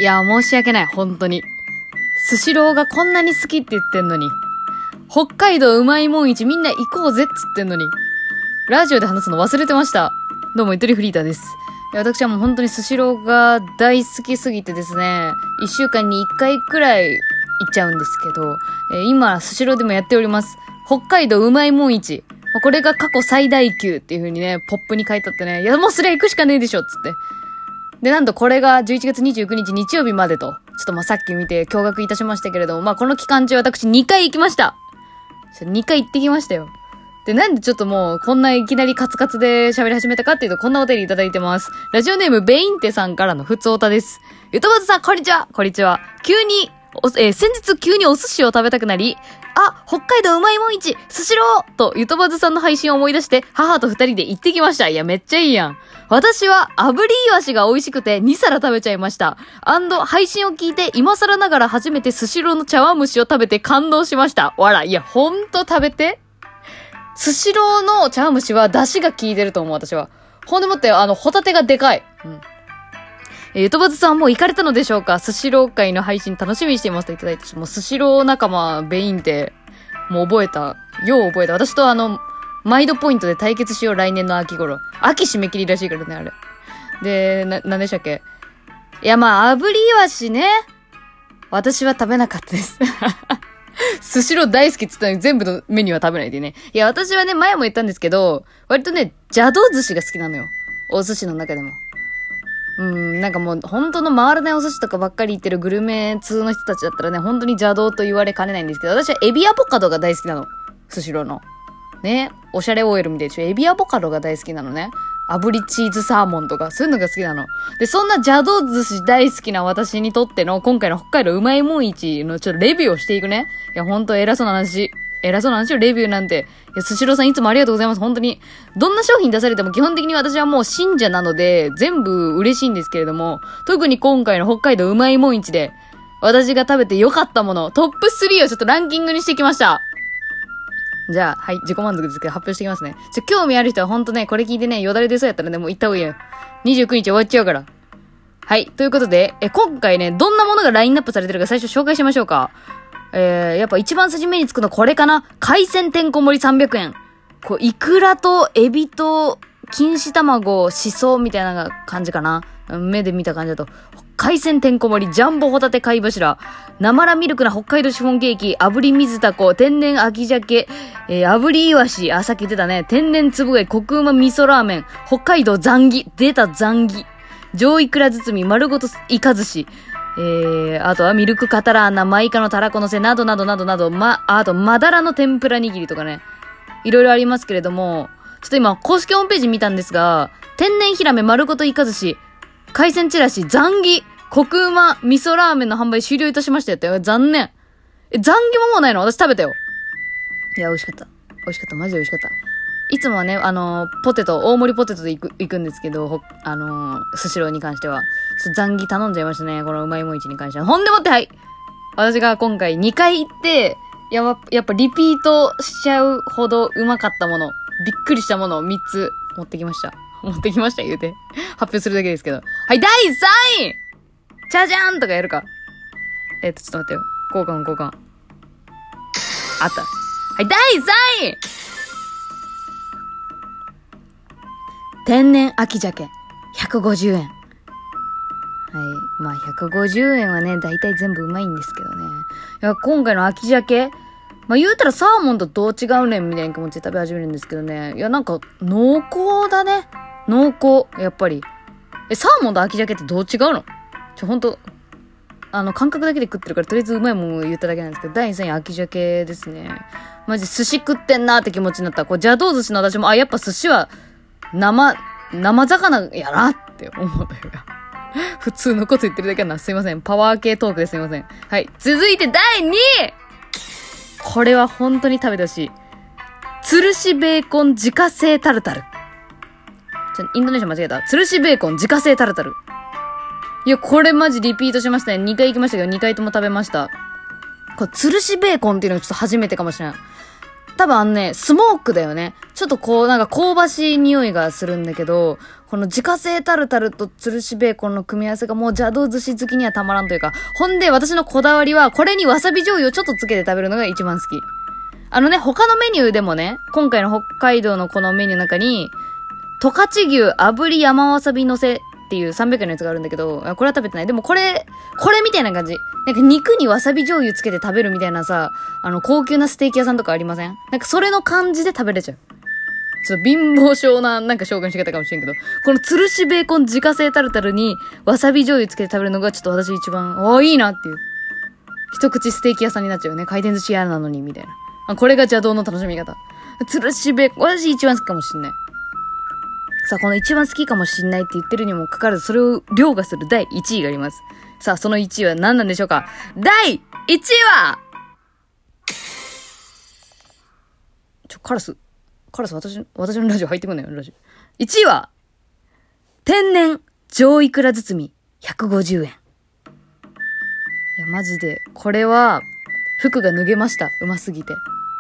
いや、申し訳ない、本当に。スシローがこんなに好きって言ってんのに。北海道うまいもん市みんな行こうぜっつってんのに。ラジオで話すの忘れてました。どうも、ゆとりフリーターです。私はもう本当にスシローが大好きすぎてですね、1週間に1回くらい行っちゃうんですけど、今、スシローでもやっております。北海道うまいもん市。これが過去最大級っていう風にね、ポップに書いてあってね、いや、もうそれ行くしかねえでしょっつって。で、なんとこれが11月29日日曜日までと、ちょっとさっき見て驚愕いたしましたけれども、この期間中私2回行きました。2回行ってきましたよ。で、なんでちょっともう、こんないきなりカツカツで喋り始めたかっていうと、こんなお便りいただいてます。ラジオネーム、ベインテさんからのふつおたです。ゆとばずさん、こんにちは。こんにちは。先日急にお寿司を食べたくなり、北海道うまいもん市、スシローとゆとばずさんの配信を思い出して、母と二人で行ってきました。いや、めっちゃいいやん。私は炙りイワシが美味しくて2皿食べちゃいました。配信を聞いて今更ながら初めてスシローの茶碗蒸しを食べて感動しました。わら、いや、ほんと食べて。スシローの茶碗蒸しは出汁が効いてると思う、私は。ほんでもって、ホタテがでかい。ゆとばずさんもう行かれたのでしょうか？スシロー会の配信楽しみにしていますといただいて、もうスシロー仲間、ベインって、もう覚えた。よう覚えた。私とマイドポイントで対決しよう、来年の秋頃。秋締め切りらしいからね、あれ。で、なんでしたっけ？いや、炙りイワシね。私は食べなかったです。スシロー大好きって言ったのに全部のメニューは食べないでね。いや、私はね、前も言ったんですけど、割とね、邪道寿司が好きなのよ。お寿司の中でも。なんかもう、本当の回らないお寿司とかばっかり言ってるグルメ通の人たちだったらね、本当に邪道と言われかねないんですけど、私はエビアボカドが大好きなの。スシローの。ね。おしゃれ OL みたいでしょ。エビアボカドが大好きなのね。炙りチーズサーモンとか、そういうのが好きなの。で、そんな邪道寿司大好きな私にとっての、今回の北海道うまいもん市のちょっとレビューをしていくね。いや、ほんと偉そうな話よ、レビューなんて。いや、スシローさんいつもありがとうございます。本当に。どんな商品出されても基本的に私はもう信者なので、全部嬉しいんですけれども、特に今回の北海道うまいもん市で、私が食べて良かったもの、トップ3をちょっとランキングにしてきました。じゃあ、はい、自己満足ですけど発表してきますね。興味ある人はほんとね、これ聞いてね、よだれ出そうやったらね、もう行った方がいいよ。29日終わっちゃうから。はい、ということで、今回ね、どんなものがラインナップされてるか最初紹介しましょうか。やっぱ一番最初目につくのこれかな。海鮮てんこ盛り300円。イクラとエビと錦糸卵、シソみたいな感じかな。目で見た感じだと。海鮮てんこ盛り、ジャンボホタテ貝柱、生ラミルクな北海道シフォンケーキ、炙り水タコ、天然秋鮭、炙りイワシ、さっき言ってたね、天然つぶ貝、コクうま味噌ラーメン、北海道ザンギ、出たザンギ、上イクラ包み、丸ごとイカ寿司、あとはミルクカタラーナ、マイカのたらこのせなどなどなどなど、あとマダラの天ぷら握りとかね、いろいろありますけれども、ちょっと今公式ホームページ見たんですが、天然ヒラメ丸ごとイカ寿司、海鮮チラシ、ザンギ、コクうま味噌ラーメンの販売終了いたしましたよって。残念。ザンギももうないの？私食べたよ。いや、美味しかった。美味しかった。マジで美味しかった。いつもはね、ポテト、大盛りポテトで行くんですけど、スシローに関しては。ちょっとザンギ頼んじゃいましたね。このうまいもん市に関しては。ほんでもって、はい。私が今回2回行って、やっぱリピートしちゃうほどうまかったもの、びっくりしたものを3つ持ってきました。言うて。発表するだけですけど。はい、第3位じゃじゃーんとかやるか。ちょっと待ってよ。交換。あった。はい、第3位天然秋鮭。150円。はい。150円はね、だいたい全部うまいんですけどね。いや、今回の秋鮭、言うたらサーモンとどう違うねんみたいな気持ちで食べ始めるんですけどね。いや、なんか、濃厚だね。濃厚。やっぱり。サーモンと秋鮭ってどう違うの？ほんと、感覚だけで食ってるから、とりあえずうまいもん言っただけなんですけど、第3位秋鮭ですね。マジ寿司食ってんなーって気持ちになった。邪道寿司の私も、やっぱ寿司は、生魚やなって思ったよ。普通のこと言ってるだけやな。すいません。パワー系トークですいません。はい。続いて第2位これは本当に食べてほしい。つるしベーコン自家製タルタル。インドネシア間違えた。つるしベーコン自家製タルタル。いや、これマジリピートしましたね。2回行きましたけど、2回とも食べました。これ、つるしベーコンっていうのがちょっと初めてかもしれない。 多分スモークだよね。ちょっとこう、なんか香ばしい匂いがするんだけど、この自家製タルタルとつるしベーコンの組み合わせがもう邪道寿司好きにはたまらんというか、ほんで私のこだわりは、これにわさび醤油をちょっとつけて食べるのが一番好き。他のメニューでもね、今回の北海道のこのメニューの中に、十勝牛炙り山わさびのせっていう300円のやつがあるんだけど、これは食べてない。でもこれみたいな感じ。なんか肉にわさび醤油つけて食べるみたいなさ、高級なステーキ屋さんとかありません？なんかそれの感じで食べれちゃう。ちょっと貧乏症な、なんか紹介の仕方かもしれんけど、このつるしベーコン自家製タルタルにわさび醤油つけて食べるのがちょっと私一番、いいなっていう。一口ステーキ屋さんになっちゃうよね。回転寿司屋なのに、みたいな。これが邪道の楽しみ方。つるしベーコン、私一番好きかもしんない。さあ、この一番好きかもしんないって言ってるにもかかわらず、それを凌駕する第1位があります。さあ、その1位は何なんでしょうか？第1位はカラス、私のラジオ入ってくんなよ、ラジオ。1位は、天然上イクラ包み、150円。いや、マジで、これは、服が脱げました。うますぎて。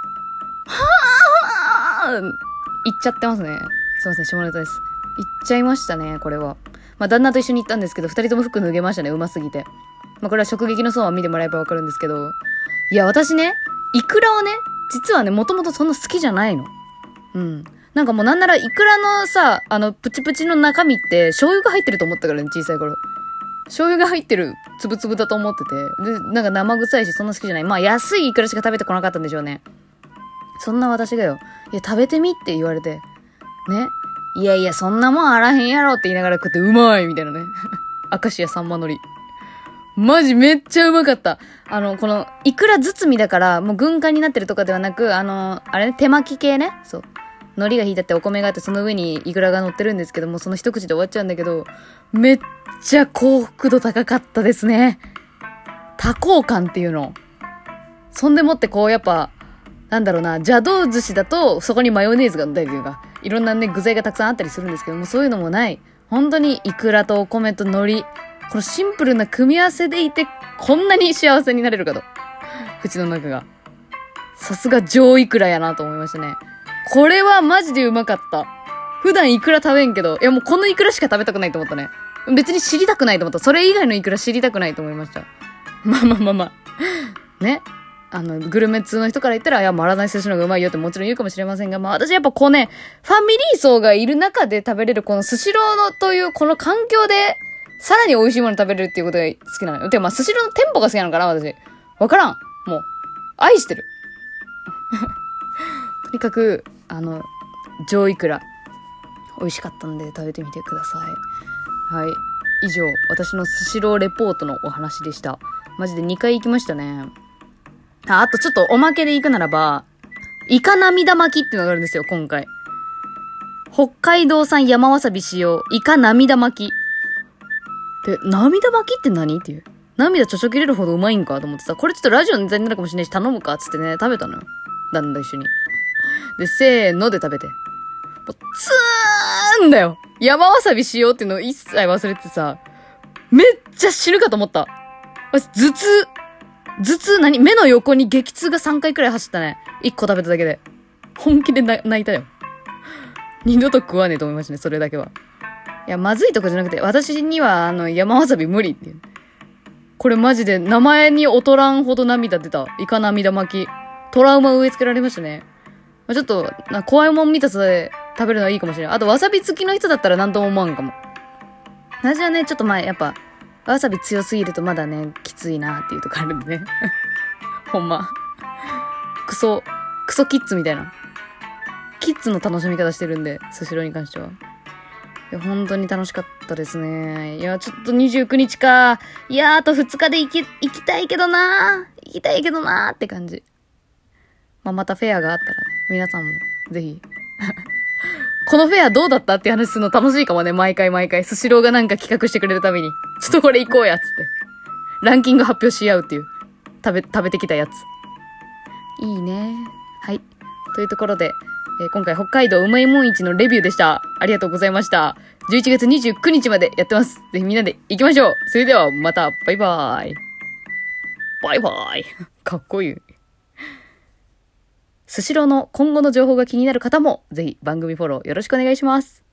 はぁー言っちゃってますね。すいません、下ネタです。言っちゃいましたね、これは。まあ、旦那と一緒に行ったんですけど、二人とも服脱げましたね、うますぎて。まあ、これは直撃の相を見てもらえばわかるんですけど。いや、私ね、イクラをね、実はね、もともとそんな好きじゃないの。うん。なんかもうなんならイクラのさ、プチプチの中身って醤油が入ってると思ったからね、小さい頃。醤油が入ってるつぶつぶだと思ってて。で、なんか生臭いしそんな好きじゃない。まあ安いイクラしか食べてこなかったんでしょうね。そんな私がよ、いや食べてみって言われて。ね。いやいや、そんなもんあらへんやろって言いながら食ってうまいみたいなね。明石家さんまのり。マジめっちゃうまかった。この、イクラ包みだから、もう軍艦になってるとかではなく、あれね、手巻き系ね。そう。海苔が引いてあってお米があってその上にイクラが乗ってるんですけども、その一口で終わっちゃうんだけど、めっちゃ幸福度高かったですね。多幸感っていうの。そんでもってこうやっぱ、なんだろうな、邪道寿司だとそこにマヨネーズが乗ったりというか、いろんなね、具材がたくさんあったりするんですけども、そういうのもない。本当にイクラとお米と海苔。このシンプルな組み合わせでいて、こんなに幸せになれるかと。口の中が。さすが上イクラやなと思いましたね。これはマジでうまかった。普段イクラ食べんけど、いやもうこのイクラしか食べたくないと思ったね。別に知りたくないと思った。それ以外のイクラ知りたくないと思いました。まあ。ね。グルメ通の人から言ったら、いや、マラダイ寿司の方がうまいよってもちろん言うかもしれませんが、まあ私やっぱこうね、ファミリー層がいる中で食べれるこのスシローのというこの環境で、さらに美味しいもの食べれるっていうことが好きなのよ。てかまあスシローの店舗が好きなのかな、私。わからん。もう、愛してる。とにかく、上イクラ。美味しかったんで食べてみてください。はい。以上、私のスシローレポートのお話でした。マジで2回行きましたね。あとちょっとおまけで行くならば、イカ涙巻きっていうのがあるんですよ、今回。北海道産山わさび使用、イカ涙巻き。で、涙巻きって何っていう。涙ちょちょ切れるほどうまいんかと思ってさ、これちょっとラジオのネタになるかもしれないし頼むかっつってね、食べたのよ。旦那と一緒に。で、せーので食べて。もう、ツーンだよ。山わさび使用っていうのを一切忘れてさ、めっちゃ死ぬかと思った。頭痛目の横に激痛が3回くらい走ったね。1個食べただけで。本気で泣いたよ。二度と食わねえと思いましたね、それだけは。いや、まずいとかじゃなくて、私には山わさび無理っていう。これマジで名前に劣らんほど涙出た。イカ涙巻き。トラウマ植え付けられましたね。ちょっと、怖いもん見たさで食べるのはいいかもしれない。あと、わさび付きの人だったら何とも思わんかも。私はね、ちょっとやっぱ、わさび強すぎるとまだね、きついなっていうとこあるんでね。ほんま。クソキッズみたいな。キッズの楽しみ方してるんで、スシローに関しては。いや、本当に楽しかったですね。いや、ちょっと29日か。いや、あと2日で行きたいけどなーって感じ。またフェアがあったらね、皆さんもぜひ。このフェアどうだったって話するの楽しいかもね、毎回。スシローがなんか企画してくれるたびに。ちょっとこれ行こうや、つって。ランキング発表し合うっていう。食べてきたやつ。いいね。はい。というところで、今回北海道うまいもん市のレビューでした。ありがとうございました。11月29日までやってます。ぜひみんなで行きましょう。それではまた、バイバーイ。バイバーイ。かっこいい。 スシローの今後の情報が気になる方も、ぜひ番組フォローよろしくお願いします。